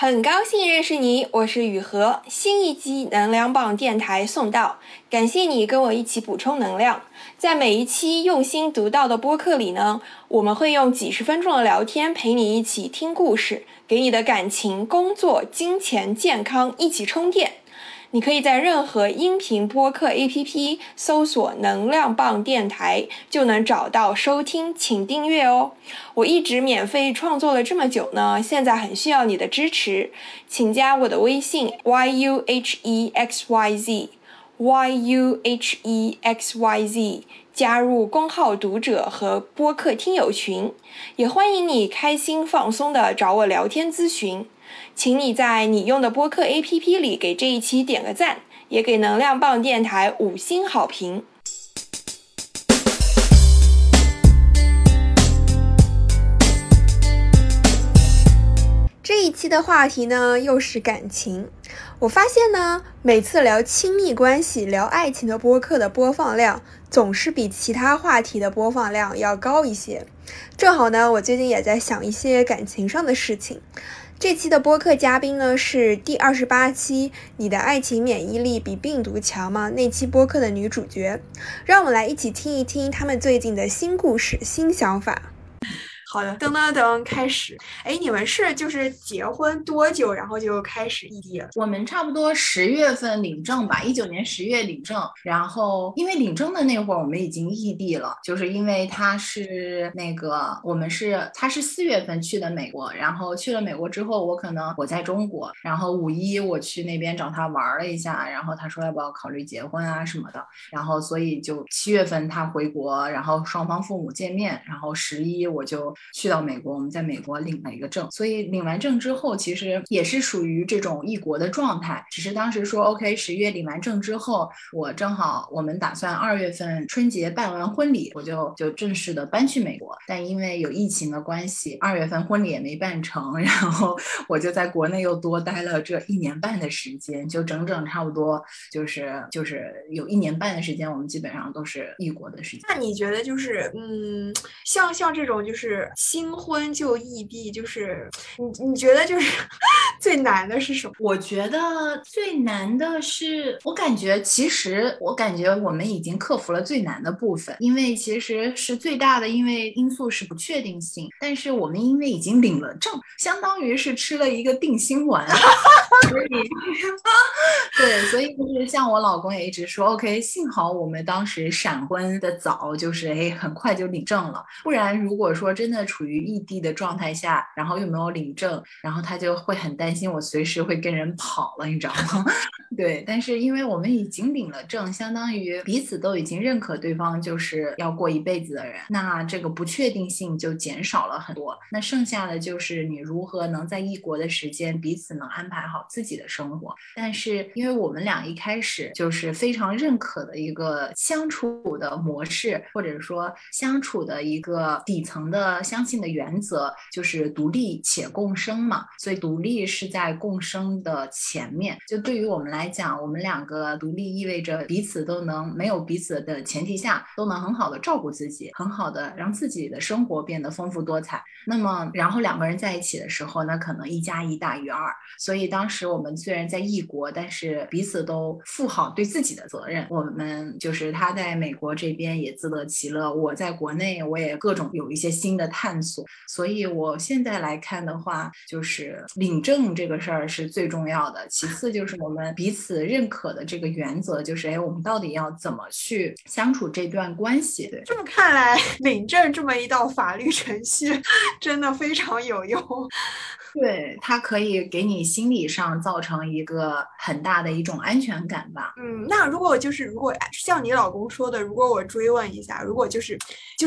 很高兴认识你，我是雨禾。新一期能量棒电台送到，感谢你跟我一起补充能量。在每一期用心读到的播客里呢，我们会用几十分钟的聊天陪你一起听故事，给你的感情、工作、金钱、健康一起充电。你可以在任何音频播客 APP 搜索能量棒电台，就能找到收听，请订阅哦。我一直免费创作了这么久呢，现在很需要你的支持，请加我的微信 yuhexyz 加入公号读者和播客听友群，也欢迎你开心放松的找我聊天咨询。请你在你用的播客 APP 里给这一期点个赞，也给能量棒电台5星好评。这一期的话题呢，又是感情。我发现呢，每次聊亲密关系、聊爱情的播客的播放量，总是比其他话题的播放量要高一些。正好呢，我最近也在想一些感情上的事情。这期的播客嘉宾呢是第28期你的爱情免疫力比病毒强吗那期播客的女主角，让我们来一起听一听他们最近的新故事、新想法。好的，噔噔噔，开始。你们是就是结婚多久，然后就开始异地了？ 我们差不多10月份领证吧，19年10月领证。然后因为领证的那会儿我们已经异地了，就是因为他是4月份去的美国，然后去了美国之后，我在中国，然后5·1我去那边找他玩了一下，然后他说要不要考虑结婚啊什么的，然后所以就7月份他回国，然后双方父母见面，然后11我就去到美国，我们在美国领了一个证。所以领完证之后其实也是属于这种异国的状态，只是当时说 OK 10月领完证之后，我们打算2月份春节办完婚礼，我就正式的搬去美国。但因为有疫情的关系，2月份婚礼也没办成，然后我就在国内又多待了这1年半的时间，就整整差不多就是有1年半的时间，我们基本上都是异国的时间。 那你觉得就是像这种就是新婚就异地，就是你觉得就是最难的是什么？ 我觉得最难的是，我感觉我们已经克服了最难的部分，因为其实是最大的因素是不确定性，但是我们因为已经领了证，相当于是吃了一个定心丸所以对，所以就是像我老公也一直说 OK， 幸好我们当时闪婚的早，就是很快就领证了，不然如果说真的处于异地的状态下，然后又没有领证，然后他就会很担心我随时会跟人跑了，你知道吗？对，但是因为我们已经领了证，相当于彼此都已经认可对方就是要过一辈子的人，那这个不确定性就减少了很多。那剩下的就是你如何能在异国的时间彼此能安排好自己的生活。但是因为我们俩一开始就是非常认可的一个相处的模式，或者说相处的一个底层的相信的原则，就是独立且共生嘛，所以独立是在共生的前面。就对于我们来讲，我们两个独立意味着彼此都能没有彼此的前提下，都能很好的照顾自己，很好的让自己的生活变得丰富多彩。那么然后2个人在一起的时候呢，可能1+1大于2，所以当时我们虽然在异国，但是彼此都负好对自己的责任。我们就是他在美国这边也自乐其乐，我在国内我也各种有一些新的探索。所以我现在来看的话，就是领证这个事儿是最重要的，其次就是我们彼此认可的这个原则，就是我们到底要怎么去相处这段关系。对， 这么看来，领证这么一道法律程序真的非常有用。 对，它可以给你心理上造成一个很大的一种安全感吧。 那如果像你老公说的，如果我追问一下，如果就是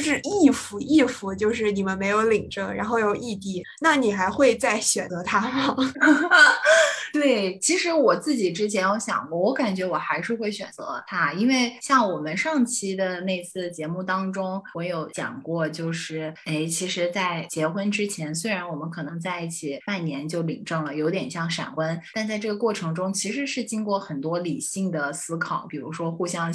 if就是你们没有领证，然后有异地，那你还会再选择他吗？ 对，其实我自己之前有想过，我感觉我还是会选择他，因为像我们上期的那次节目当中，我有讲过，就是其实在结婚之前，虽然我们可能在一起半年就领证了，有点像闪婚，但在这个过程中其实是经过很多理性的思考，比如说互相写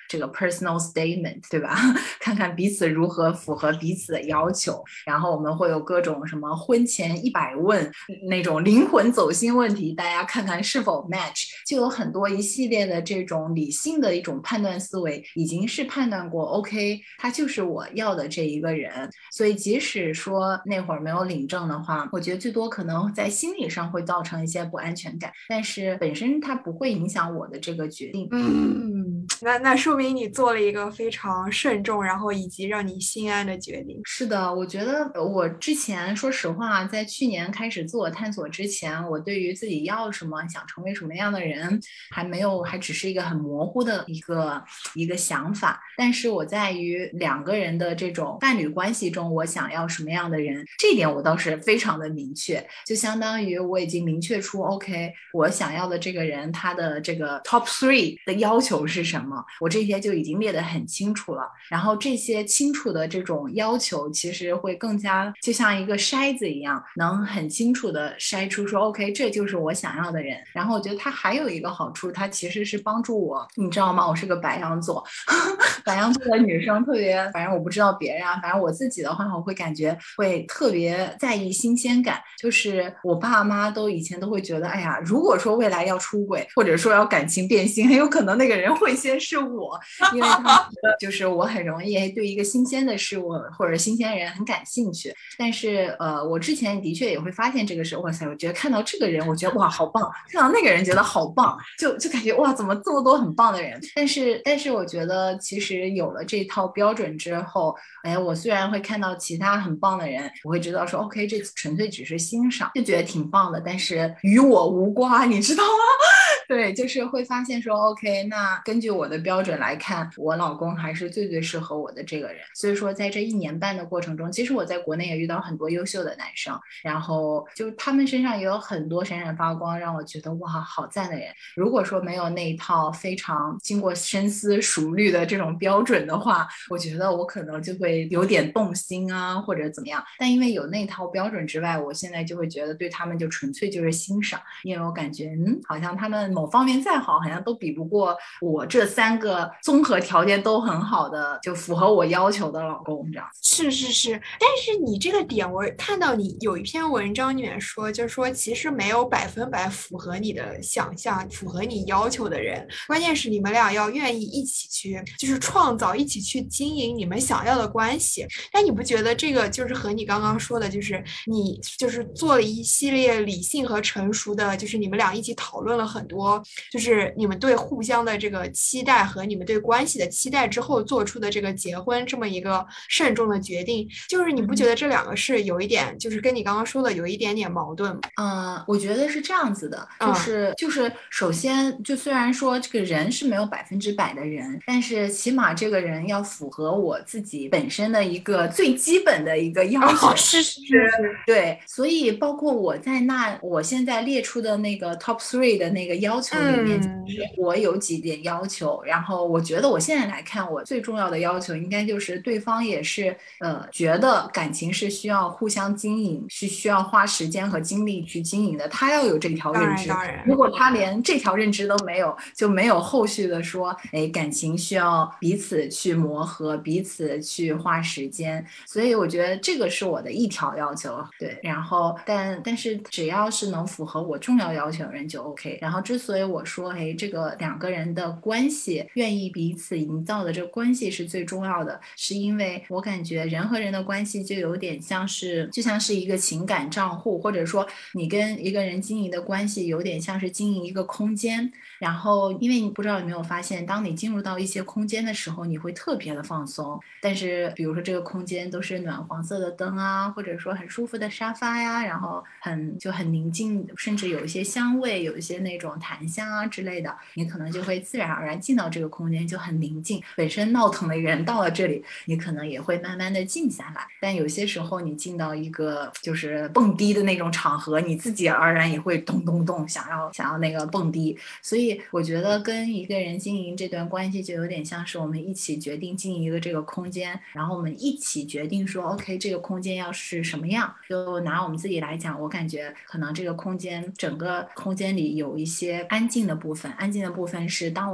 这个 personal statement，对吧？看看彼此如何符合彼此的要求，然后我们会有各种什么婚前100问那种灵魂走心问题，大家看看是否 match， 就有很多一系列的这种理性的一种判断思维，已经是判断过 OK， 他就是我要的这一个人。所以即使说那会儿没有领证的话，我觉得最多可能在心理上会造成一些不安全感，但是本身它不会影响我的这个决定。 那说明你做了一个非常慎重，然后以及让你心安的决定。 是的，我觉得我之前说实话，在去年开始自我探索之前，我对于自己要什么、想成为什么样的人，还只是一个很模糊的一个想法。但是我在于两个人的这种伴侣关系中，我想要什么样的人，这一点我倒是非常的明确，就相当于我已经明确出 OK， 我想要的这个人他的这个 top 3的要求是什么，我这些就已经列得很清楚了。然后这些清楚的这种要求，其实会更加就像一个筛子一样，能很清楚的筛出说 OK， 这就是我想要的人。然后我觉得它还有一个好处，它其实是帮助我，你知道吗？我是个白羊座，白羊座的女生特别，反正我不知道别人啊，反正我自己的话，我会感觉会特别在意新鲜感。就是我爸妈以前都会觉得，哎呀，如果说未来要出轨，或者说要感情变心，很有可能那个人会先是我，因为他们觉得就是我很容易对一个新鲜的事物或者新鲜人很感兴趣。但是我之前的确也会发现这个事，哇塞，我觉得看到这个人，我觉得哇好棒，看到那个人觉得好棒，就感觉哇怎么这么多很棒的人。但是我觉得其实有了这套标准之后，哎，我虽然会看到其他很棒的人，我会知道说 OK， 这纯粹只是欣赏，就觉得挺棒的，但是与我无关，你知道吗？对，就是会发现说 OK， 那根据我的标准来看，我老公还是最适合我的这个人。所以说在这1年半的过程中，其实我在国内也遇到很多优秀的男生，然后就他们身上也有很多闪闪发光让我觉得哇好赞的人。如果说没有那一套非常经过深思熟虑的这种标准的话，我觉得我可能就会有点动心啊或者怎么样。但因为有那套标准之外，我现在就会觉得对他们就纯粹就是欣赏，因为我感觉好像他们某方面再好，好像都比不过我这3个综合条件都很好的，就符合我要求的老公这样。 是是是，但是你这个点，我看到你有一篇文章里面说，就是说其实没有100%符合你的想象、符合你要求的人，关键是你们俩要愿意一起去，就是创造、一起去经营你们想要的关系。但你不觉得这个就是和你刚刚说的，就是你就是做了一系列理性和成熟的，就是你们俩一起讨论了很多，就是你们对互相的这个期待和你们对关系的期待之后做出的这个结婚这么一个慎重的决定，就是你不觉得这两个是有一点，就是跟你刚刚说的有一点点矛盾吗？ 我觉得是这样子的，就是首先，就虽然说这个人是没有100%的人，但是起码这个人要符合我自己本身的一个最基本的一个要求。 是是是， 对，所以包括我现在列出的那个 top 3的那个要求里面，我有几点要求，然后我觉得我现在来看，我最重要的要求应该就是对方也是觉得感情是需要互相经营，是需要花时间和精力去经营的，他要有这条认知。如果他连这条认知都没有，就没有后续的说，哎，感情需要彼此去磨合，彼此去花时间。所以我觉得这个是我的一条要求。对，然后但是只要是能符合我重要要求的人就 OK。然后之所以我说，哎，这个两个人的关系愿意彼此营造的这个关系是最重要的，是因为我感觉人和人的关系就有点像是一个情感账户，或者说你跟一个人经营的关系有点像是经营一个空间。然后因为你不知道有没有发现，当你进入到一些空间的时候，你会特别的放松。但是比如说这个空间都是暖黄色的灯啊，或者说很舒服的沙发呀，然后很宁静，甚至有一些香味，有一些那种檀香啊之类的，你可能就会自然而然进到这个空间，就很宁静。本身闹腾的一个人到了这里，你可能也会慢慢的静下来。但有些时候你进到一个就是蹦迪的那种场合，你自己而然也会咚咚咚想要那个蹦迪。所以我觉得跟一个人经营这段关系就有点像是我们一起决定经营一个这个空间，然后我们一起决定说 OK 这个空间要是什么样。就拿我们自己来讲，我感觉可能这个空间整个空间里有一些安静的部分，安静的部分是当我们遇到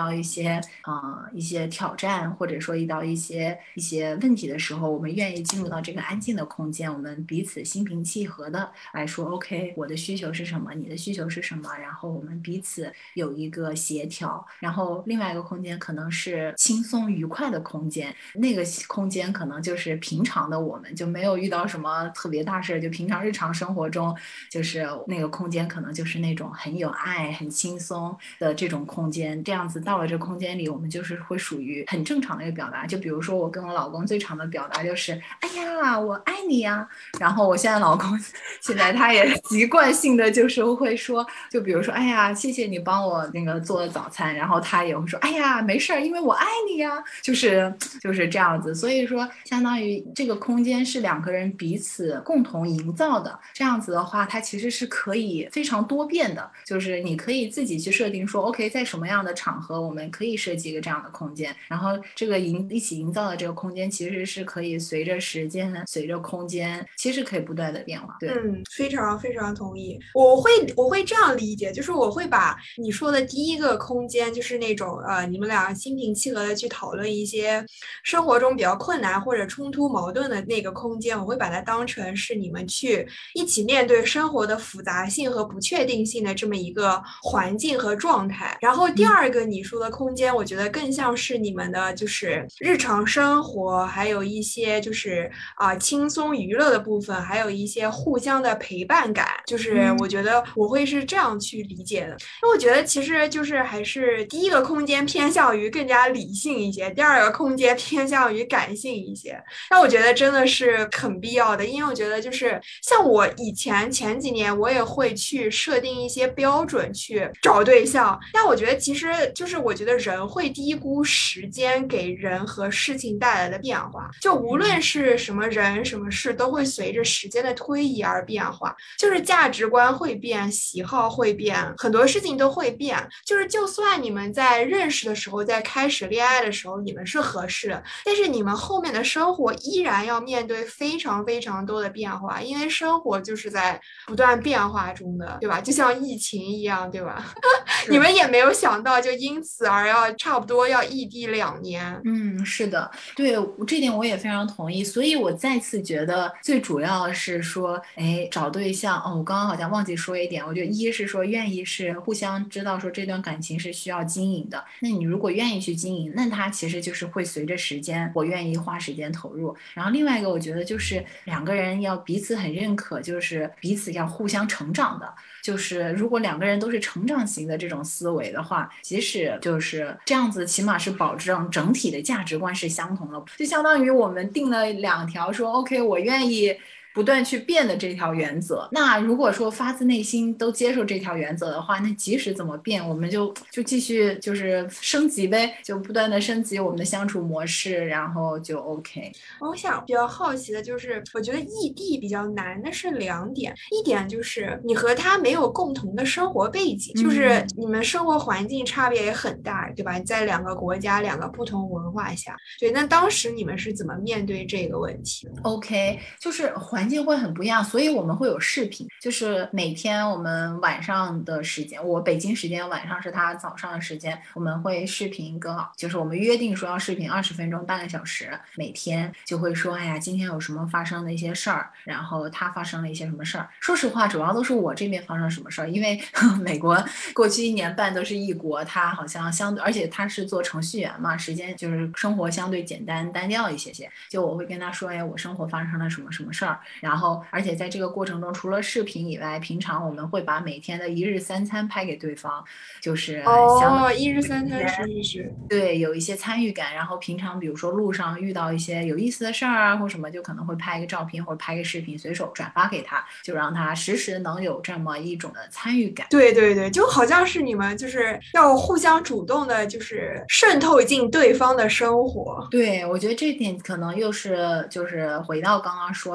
到一些挑战，或者说遇到一些问题的时候，我们愿意进入到这个安静的空间，我们彼此心平气和的来说 OK， 我的需求是什么，你的需求是什么，然后我们彼此有一个协调。然后另外一个空间可能是轻松愉快的空间，那个空间可能就是平常的我们就没有遇到什么特别大事，就平常日常生活中，就是那个空间可能就是那种很有爱很轻松的这种空间。这样子到了这空间里，我们就是会属于很正常的一个表达。就比如说我跟我老公最常的表达就是哎呀我爱你呀，然后我现在老公现在他也习惯性的就是会说，就比如说哎呀谢谢你帮我那个做早餐，然后他也会说哎呀没事儿，因为我爱你呀，就是这样子。所以说相当于这个空间是两个人彼此共同营造的，这样子的话它其实是可以非常多变的，就是你可以自己去设定说 OK 在什么样的场合我们可以设计一个这样的空间，然后这个一起营造的这个空间其实是可以随着时间随着空间其实可以不断的变化。对， 非常非常同意。我会这样理解，就是我会把你说的第一个空间，就是那种你们俩心平气和的去讨论一些生活中比较困难或者冲突矛盾的那个空间，我会把它当成是你们去一起面对生活的复杂性和不确定性的这么一个环境和状态。然后第二个你说的空间，我觉得更像是你们的就是日常生活，还有一些就是轻松娱乐的部分，还有一些互相的陪伴感，就是我觉得我会是这样去理解的。那我觉得其实就是还是第一个空间偏向于更加理性一些，第二个空间偏向于感性一些。那我觉得真的是很必要的，因为我觉得就是像我以前几年我也会去设定一些标准去找对象，但我觉得其实就是我觉得人会低估时间给人和事情带来的变化，就无论是什么人什么事都会随着时间的推移而变化，就是价值观会变，喜好会变，很多事情都会变。就是就算你们在认识的时候，在开始恋爱的时候，你们是合适的，但是你们后面的生活依然要面对非常非常多的变化，因为生活就是在不断变化中的，对吧？就像疫情一样，对吧？你们也没有想到，就因此而要差不多要异地2年。 是的，对，这点我也非常同意。所以我再次觉得最主要是说，哎，找对象哦，我刚刚好像忘记说一点，我觉得一是说愿意是互相知道说这段感情是需要经营的，那你如果愿意去经营，那它其实就是会随着时间，我愿意花时间投入。然后另外一个，我觉得就是两个人要彼此很认可，就是彼此要互相成长的。就是如果两个人都是成长型的这种思维的话，即使就是这样子，起码是保证整体的价值观是相同的，就相当于我们定了2条说 OK 我愿意不断去变的这条原则。那如果说发自内心都接受这条原则的话，那即使怎么变，我们就继续就是升级呗，就不断的升级我们的相处模式，然后就 OK。 我想比较好奇的就是，我觉得异地比较难的是2点，一点就是你和他没有共同的生活背景，就是你们生活环境差别也很大，对吧？在2个国家、2个不同文化下，对，那当时你们是怎么面对这个问题的？ OK，就是环境会很不一样，所以我们会有视频，就是每天我们晚上的时间，我北京时间晚上是他早上的时间，我们会视频更好，就是我们约定说要视频20分钟，半个小时，每天就会说，哎呀，今天有什么发生的一些事儿，然后他发生了一些什么事儿。说实话，主要都是我这边发生什么事儿，因为美国过去1年半都是异国，他好像相对，而且他是做程序员嘛，时间就是生活相对简单单调一些些，就我会跟他说，哎，我生活发生了什么什么事儿，然后而且在这个过程中，除了视频以外，平常我们会把每天的1日3餐拍给对方，就是相当于 1日3餐是。 对有一些参与感。然后平常比如说路上遇到一些有意思的事儿啊或什么，就可能会拍一个照片或者拍个视频随手转发给他，就让他时时能有这么一种的参与感。 对对对，就好像是你们就是要互相主动的，就是渗透进对方的生活。 对，我觉得这点可能又是就是回到刚刚说的那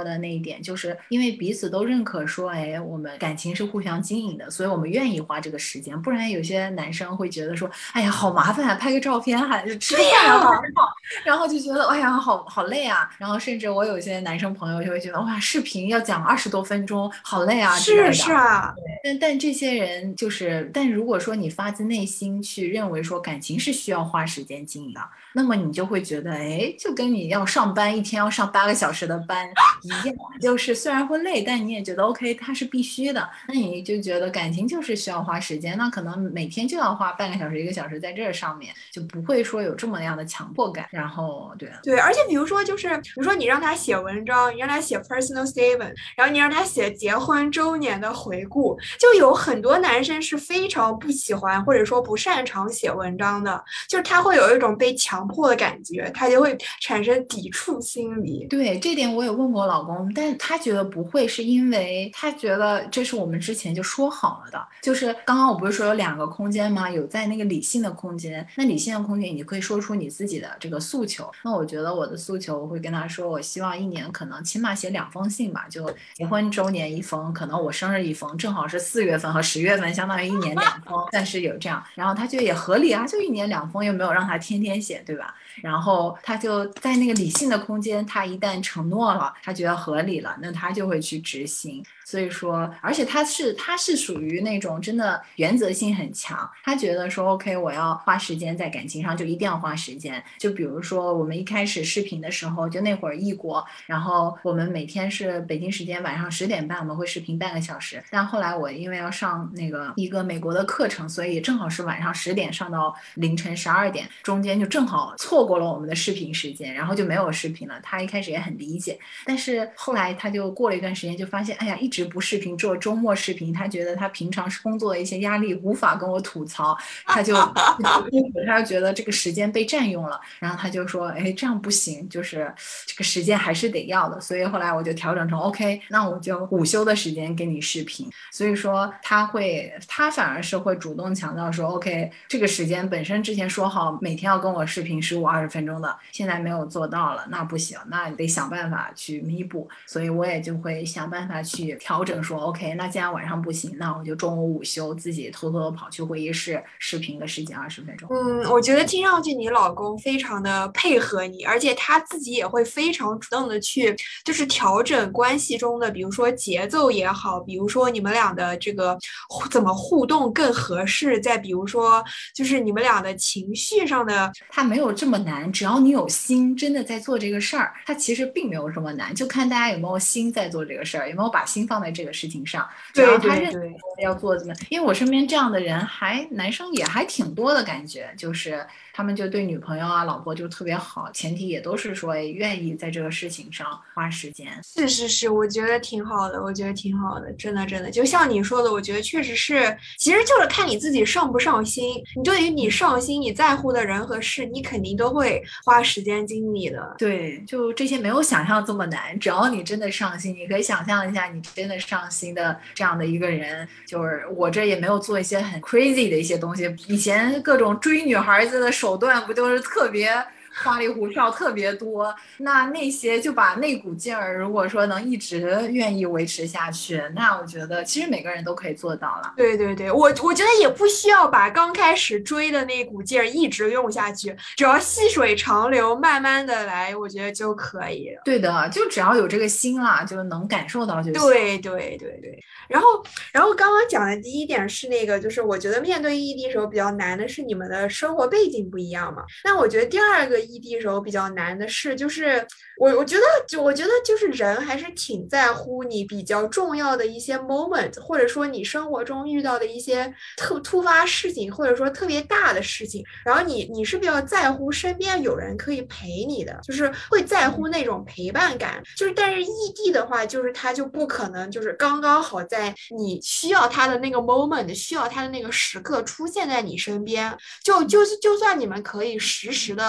点，就是因为彼此都认可说，哎，我们感情是互相经营的，所以我们愿意花这个时间。不然有些男生会觉得说，哎呀，好麻烦啊，拍个照片还是吃个饭啊，然后就觉得哎呀，好累啊。然后甚至我有些男生朋友就会觉得，哇，视频要讲20多分钟，好累啊之类的。 是啊。 但这些人就是，但如果说你发自内心去认为说感情是需要花时间经营的，那么你就会觉得，哎，就跟你要上班一天要上8个小时的班一样，就是虽然会累，但你也觉得 OK，它是必须的。那你就觉得感情就是需要花时间，那可能每天就要花半个小时、1个小时在这上面，就不会说有这么样的强迫感。然后，对啊， 对，而且比如说，就是比如说你让他写文章，你让他写 personal statement，然后你让他写结婚周年的回顾，就有很多男生是非常不喜欢或者说不擅长写文章的，就是他会有一种被强迫的感觉，他就会产生抵触心理。 对，这点我也问过我老公，但他觉得不会，是因为他觉得这是我们之前就说好了的。就是刚刚我不是说有2个空间吗？有在那个理性的空间，那理性的空间你可以说出你自己的这个诉求。那我觉得我的诉求，我会跟他说，我希望一年可能起码写2封信吧，就结婚周年1封，可能我生日1封，正好是4月份和10月份，相当于一年2封，但是有这样，然后他觉得也合理啊，就一年2封，又没有让他天天写，对吧？然后他就在那个理性的空间，他一旦承诺了，他觉得合理了，那他就会去执行。所以说，而且他是属于那种真的原则性很强，他觉得说 OK， 我要花时间在感情上，就一定要花时间。就比如说我们一开始视频的时候，就那会儿异国，然后我们每天是北京时间晚上10点半我们会视频半个小时，但后来我因为要上那个一个美国的课程，所以正好是晚上10点上到凌晨12点，中间就正好错过了我们的视频时间，然后就没有视频了。他一开始也很理解，但是后来他就过了一段时间就发现，哎呀，一直不视频，只有周末视频，他觉得他平常工作的一些压力无法跟我吐槽，他就觉得这个时间被占用了，然后他就说，哎，这样不行，就是这个时间还是得要的。所以后来我就调整成 OK， 那我就午休的时间给你视频。所以说他反而是会主动强调说 OK， 这个时间本身之前说好每天要跟我视频15-20分钟的，现在没有做到了，那不行，那得想办法去弥补。所以我也就会想办法去调整说 OK， 那既然晚上不行，那我就中午午休自己偷偷的跑去会议室视频个10几20分钟。 我觉得听上去你老公非常的配合你，而且他自己也会非常主动的去，就是调整关系中的，比如说节奏也好，比如说你们俩的这个怎么互动更合适，再比如说就是你们俩的情绪上的。 它没有这么难，只要你有心，真的在做这个事儿，它其实并没有这么难，就看大家有没有心在做这个事儿，有没有把心放在这个事情上。只要他认为要做怎么，因为我身边这样的人男生也还挺多的感觉，就是他们就对女朋友啊、老婆就特别好，前提也都是说愿意在这个事情上花时间。 是，我觉得挺好的，我觉得挺好的，真的，就像你说的，我觉得确实是，其实就是看你自己上不上心。你对于你上心、你在乎的人和事，你肯定都会花时间精力的。 对，就这些没有想象这么难，只要你真的上心，你可以想象一下，你真的上心的这样的一个人，就是我这也没有做一些很 crazy 的一些东西，以前各种追女孩子的手段不都是特别花里胡哨特别多，那些就把那股劲儿，如果说能一直愿意维持下去，那我觉得其实每个人都可以做到了。 对，我觉得也不需要把刚开始追的那股劲儿一直用下去，只要细水长流，慢慢的来，我觉得就可以了。 对的，就只要有这个心啦，就能感受到就行。 对。然后刚刚讲的第一点是那个，就是我觉得面对异地时候比较难的是你们的生活背景不一样嘛。那我觉得第二个异地时候比较难的是，就是我觉得就是人还是挺在乎你比较重要的一些 moment，或者说你生活中遇到的一些突发事情，或者说特别大的事情，然后你是比较在乎身边有人可以陪你的，就是会在乎那种陪伴感。就是但是异地的话，就是他就不可能就是刚刚好在你需要他的那个 moment，需要他的那个时刻出现在你身边。就算你们可以实时的，比如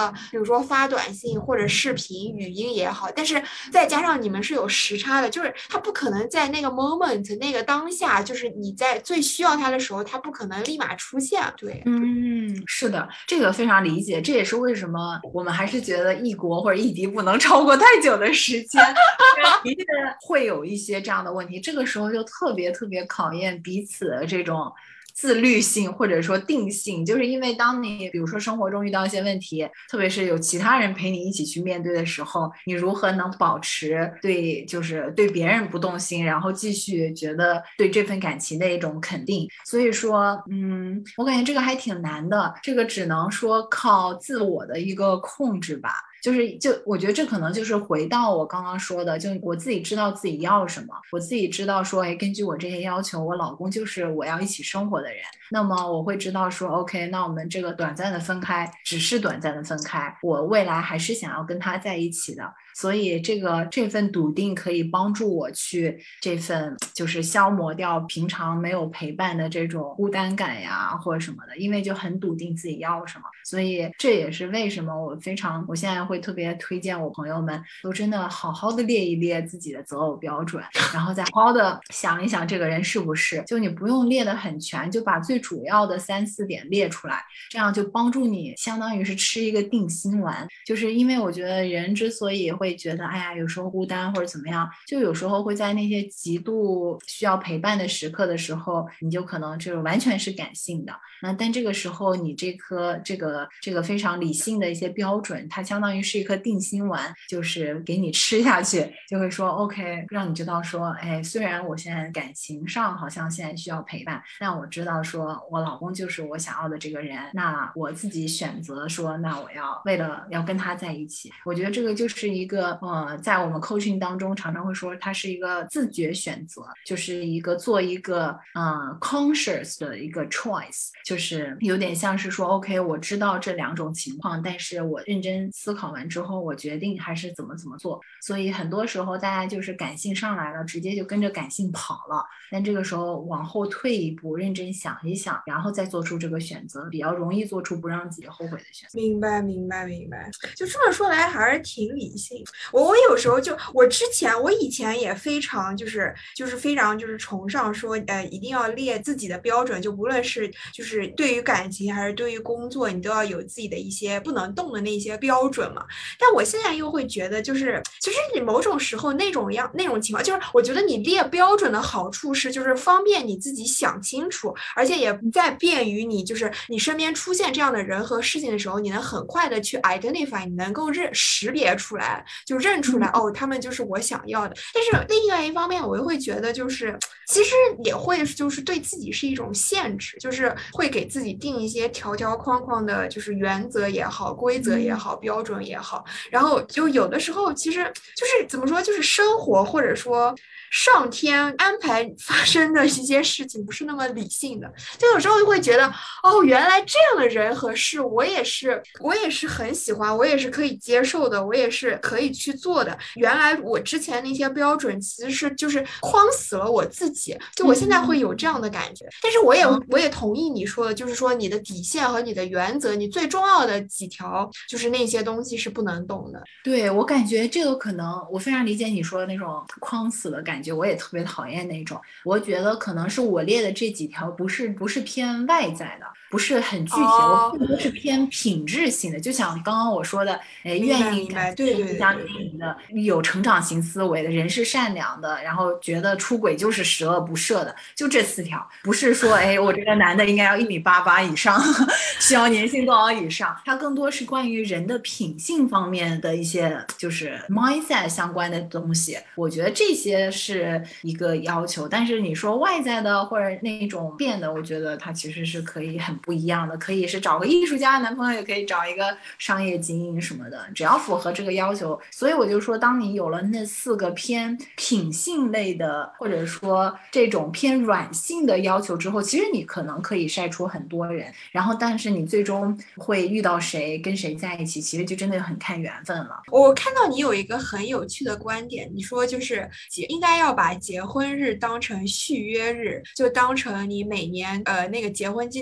说发短信或者视频、语音也好，但是再加上你们是有时差的，就是他不可能在那个 moment 那个当下，就是你在最需要他的时候，他不可能立马出现。对， 是的，这个非常理解，这也是为什么我们还是觉得异国或者异地不能超过太久的时间，的确会有一些这样的问题，这个时候就特别特别考验彼此的这种自律性或者说定性，就是因为当你比如说生活中遇到一些问题，特别是有其他人陪你一起去面对的时候，你如何能保持就是对别人不动心，然后继续觉得对这份感情的一种肯定。所以说我感觉这个还挺难的，这个只能说靠自我的一个控制吧。我觉得这可能就是回到我刚刚说的，就我自己知道自己要什么，我自己知道说，哎，根据我这些要求，我老公就是我要一起生活的人，那么我会知道说 OK， 那我们这个短暂的分开只是短暂的分开，我未来还是想要跟他在一起的。所以这份笃定可以帮助我去这份就是消磨掉平常没有陪伴的这种孤单感呀或者什么的，因为就很笃定自己要什么。所以这也是为什么我现在会特别推荐我朋友们都真的好好的列一列自己的择偶标准，然后再好好的想一想这个人是不是，就你不用列得很全，就把最主要的3-4点列出来，这样就帮助你相当于是吃一个定心丸。就是因为我觉得人之所以会觉得哎呀有时候孤单或者怎么样，就有时候会在那些极度需要陪伴的时刻的时候，你就可能就完全是感性的，但这个时候你这个非常理性的一些标准，它相当于是一颗定心丸，就是给你吃下去，就会说 OK， 让你知道说，哎，虽然我现在感情上好像现在需要陪伴，但我知道说我老公就是我想要的这个人，那我自己选择说，那我要为了要跟他在一起。我觉得这个就是一个在我们 coaching 当中常常会说它是一个自觉选择，就是做一个conscious 的一个 choice， 就是有点像是说 OK， 我知道这2种情况，但是我认真思考完之后，我决定还是怎么做。所以很多时候大家就是感性上来了，直接就跟着感性跑了，但这个时候往后退一步，认真想一想，然后再做出这个选择，比较容易做出不让自己后悔的选择。 明白，就这么说来还是挺理性。我有时候我以前也非常非常崇尚说一定要列自己的标准，就无论是就是对于感情还是对于工作，你都要有自己的一些不能动的那些标准嘛。但我现在又会觉得其实你某种时候那种情况，就是我觉得你列标准的好处是就是方便你自己想清楚，而且也在便于你你身边出现这样的人和事情的时候，你能很快的去 identify， 你能够识别出来，就认出来哦，他们就是我想要的。但是另外一方面，我又会觉得其实也会对自己是一种限制，就是会给自己定一些条条框框的，就是原则也好，规则也好，标准也好。然后就有的时候其实怎么说，就是生活或者说上天安排发生的一些事情不是那么理性的，就有时候就会觉得哦，原来这样的人和事我也是很喜欢，我也是可以接受的，我也是可以去做的。原来我之前那些标准其实是框死了我自己，就我现在会有这样的感觉。但是我也同意你说的，就是说你的底线和你的原则，你最重要的几条就是那些东西是不能动的。 对，我感觉这个可能我非常理解你说的那种框死的感觉，我也特别讨厌那种。我觉得可能是我列的这几条不是偏外在的，不是很具体，我更多是偏品质性的。就像刚刚我说的，愿意感对互相经营的，有成长型思维的，人是善良的，然后觉得出轨就是十恶不赦的，就这4条。不是说我这个男的应该要1.88米以上，需要年薪多少以上，它更多是关于人的品性方面的一些就是 mindset 相关的东西。我觉得这些是一个要求，但是你说外在的或者那种变的，我觉得它其实是可以很不一样的，可以是找个艺术家男朋友，也可以找一个商业精英什么的，只要符合这个要求。所以我就说，当你有了那4个偏品性类的，或者说这种偏软性的要求之后，其实你可能可以筛出很多人，然后但是你最终会遇到谁跟谁在一起，其实就真的很看缘分了。 我看到你有一个很有趣的观点，你说应该要把结婚日当成续约日，就当成你每年那个结婚纪念日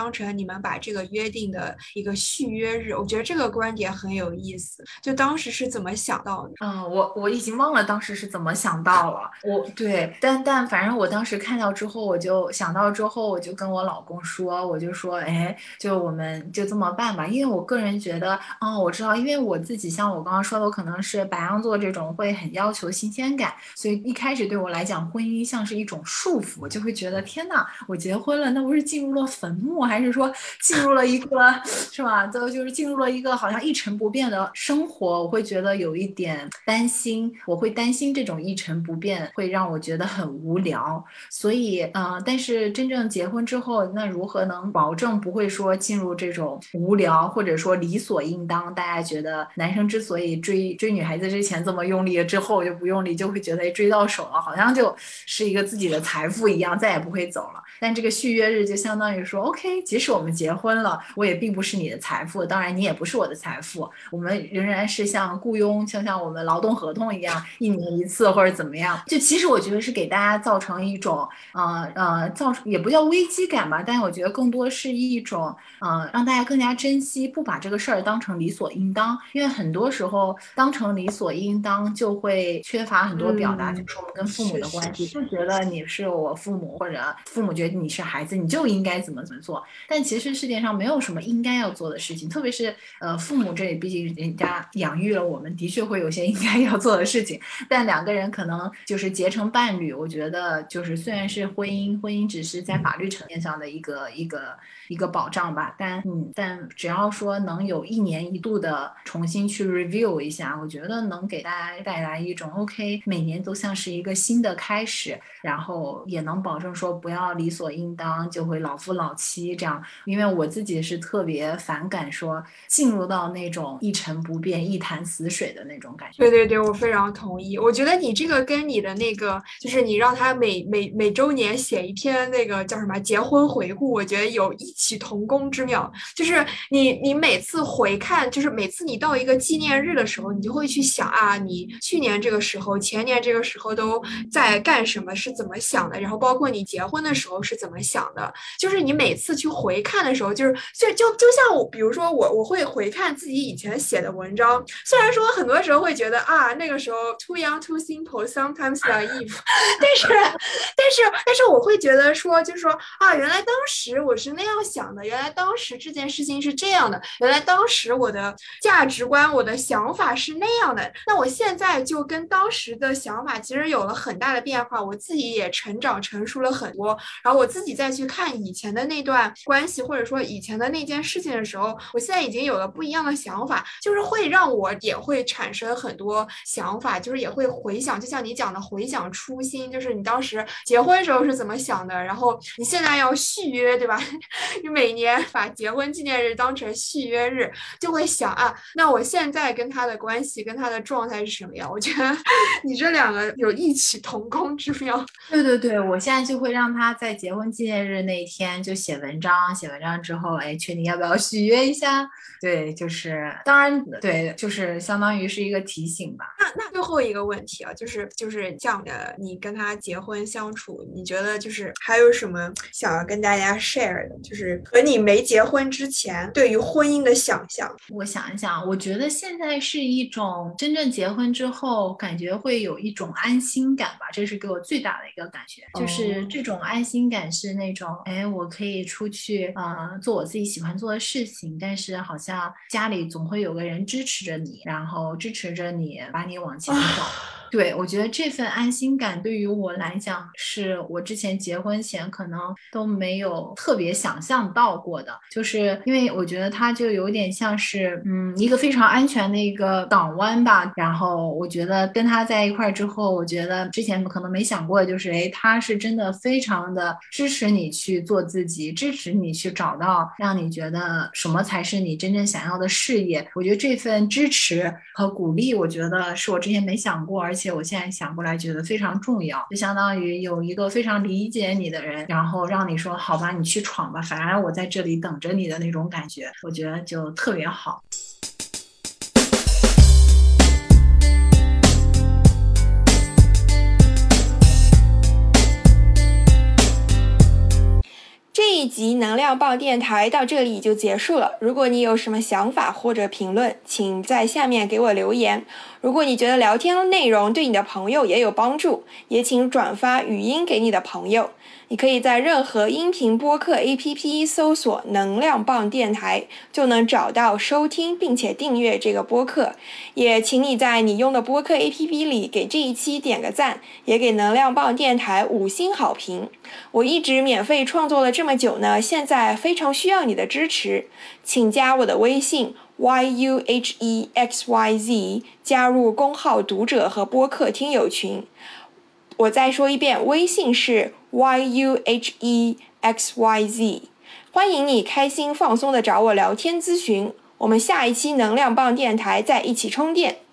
当成你们把这个约定的一个续约日。我觉得这个观点很有意思，就当时是怎么想到的？ 我已经忘了当时是怎么想到了，对，但反正我当时看到之后，我就想到之后，我就跟我老公说，我就说，哎，就我们就这么办吧，因为我个人觉得，我知道，因为我自己像我刚刚说的，我可能是白羊座这种会很要求新鲜感，所以一开始对我来讲，婚姻像是一种束缚，就会觉得天呐，我结婚了，那不是进入了坟墓，还是说进入了一个是吧？就是进入了一个好像一成不变的生活，我会觉得有一点担心，我会担心这种一成不变会让我觉得很无聊，所以但是真正结婚之后，那如何能保证不会说进入这种无聊，或者说理所应当？大家觉得男生之所以追女孩子之前这么用力，之后就不用力，就会觉得追到手了，好像就是一个自己的财富一样，再也不会走了。但这个续约日就相当于说 OK， 即使我们结婚了，我也并不是你的财富，当然你也不是我的财富，我们仍然是像雇佣，像我们劳动合同一样，1年1次或者怎么样。就其实我觉得是给大家造成一种也不叫危机感吧，但我觉得更多是一种让大家更加珍惜，不把这个事儿当成理所应当，因为很多时候当成理所应当就会缺乏很多表达，就是我们跟父母的关系，就觉得你是我父母，或者父母觉得你是孩子，你就应该怎么做。但其实世界上没有什么应该要做的事情，特别是父母这里，毕竟人家养育了我们，的确会有些应该要做的事情。但两个人可能就是结成伴侣，我觉得就是虽然是婚姻只是在法律层面上的一个保障吧，但只要说能有1年1度的重新去 review 一下，我觉得能给大家带来一种 OK， 每年都像是一个新的开始，然后也能保证说不要理所应当就会老夫老妻这样。因为我自己是特别反感说进入到那种一成不变一潭死水的那种感觉。 对对对，我非常同意。我觉得你这个跟你的那个，就是你让他每周年写一篇那个叫什么结婚回顾，我觉得有异曲同工之妙。就是你每次回看，就是每次你到一个纪念日的时候，你就会去想啊，你去年这个时候、前年这个时候都在干什么，是怎么想的，然后包括你结婚的时候是怎么想的。就是你每次去回看的时候，就像我，比如说我会回看自己以前写的文章，虽然说很多时候会觉得啊，那个时候 too young too simple sometimes naive， 但是我会觉得说，就是说啊，原来当时我是那样想的，原来当时这件事情是这样的，原来当时我的价值观、我的想法是那样的，那我现在就跟当时的想法其实有了很大的变化，我自己也成长成熟了很多，然后我自己再去看以前的那段关系，或者说以前的那件事情的时候，我现在已经有了不一样的想法，就是会让我也会产生很多想法，就是也会回想，就像你讲的回想初心，就是你当时结婚时候是怎么想的，然后你现在要续约，对吧？你每年把结婚纪念日当成续约日，就会想啊，那我现在跟他的关系跟他的状态是什么样？我觉得你这两个有异曲同工之妙。 对对对，我现在就会让他在结婚纪念日那一天就写文章，写文章之后，哎，确定要不要续约一下？对，就是当然，对，就是相当于是一个提醒吧。 那最后一个问题啊，就是这样的，你跟他结婚相处，你觉得就是还有什么想要跟大家 share 的？就是和你没结婚之前对于婚姻的想象。 我想一想，我觉得现在是一种真正结婚之后，感觉会有一种安心感吧，这是给我最大的一个感觉，就是这种安心感是那种，哎，我可以出去做我自己喜欢做的事情，但是好像家里总会有个人支持着你，然后支持着你，把你往前走。对，我觉得这份安心感对于我来讲，是我之前结婚前可能都没有特别想象到过的，就是因为我觉得它就有点像是一个非常安全的一个港湾吧。然后我觉得跟他在一块之后，我觉得之前可能没想过的就是，哎，他是真的非常的支持你去做自己，支持你去找到让你觉得什么才是你真正想要的事业。我觉得这份支持和鼓励，我觉得是我之前没想过，而且我现在想过来觉得非常重要，就相当于有一个非常理解你的人，然后让你说好吧，你去闯吧，反而我在这里等着你的那种感觉，我觉得就特别好。 这一集能量棒电台到这里就结束了。如果你有什么想法或者评论，请在下面给我留言。如果你觉得聊天内容对你的朋友也有帮助，也请转发语音给你的朋友。你可以在任何音频播客 APP 搜索能量棒电台，就能找到收听并且订阅这个播客。也请你在你用的播客 APP 里给这一期点个赞，也给能量棒电台5星好评。我一直免费创作了这么久呢，现在非常需要你的支持，请加我的微信yuhexyz， 加入公号读者和播客听友群。我再说一遍，微信是 yuhexyz， 欢迎你开心放松的找我聊天咨询。我们下一期能量棒电台再一起充电。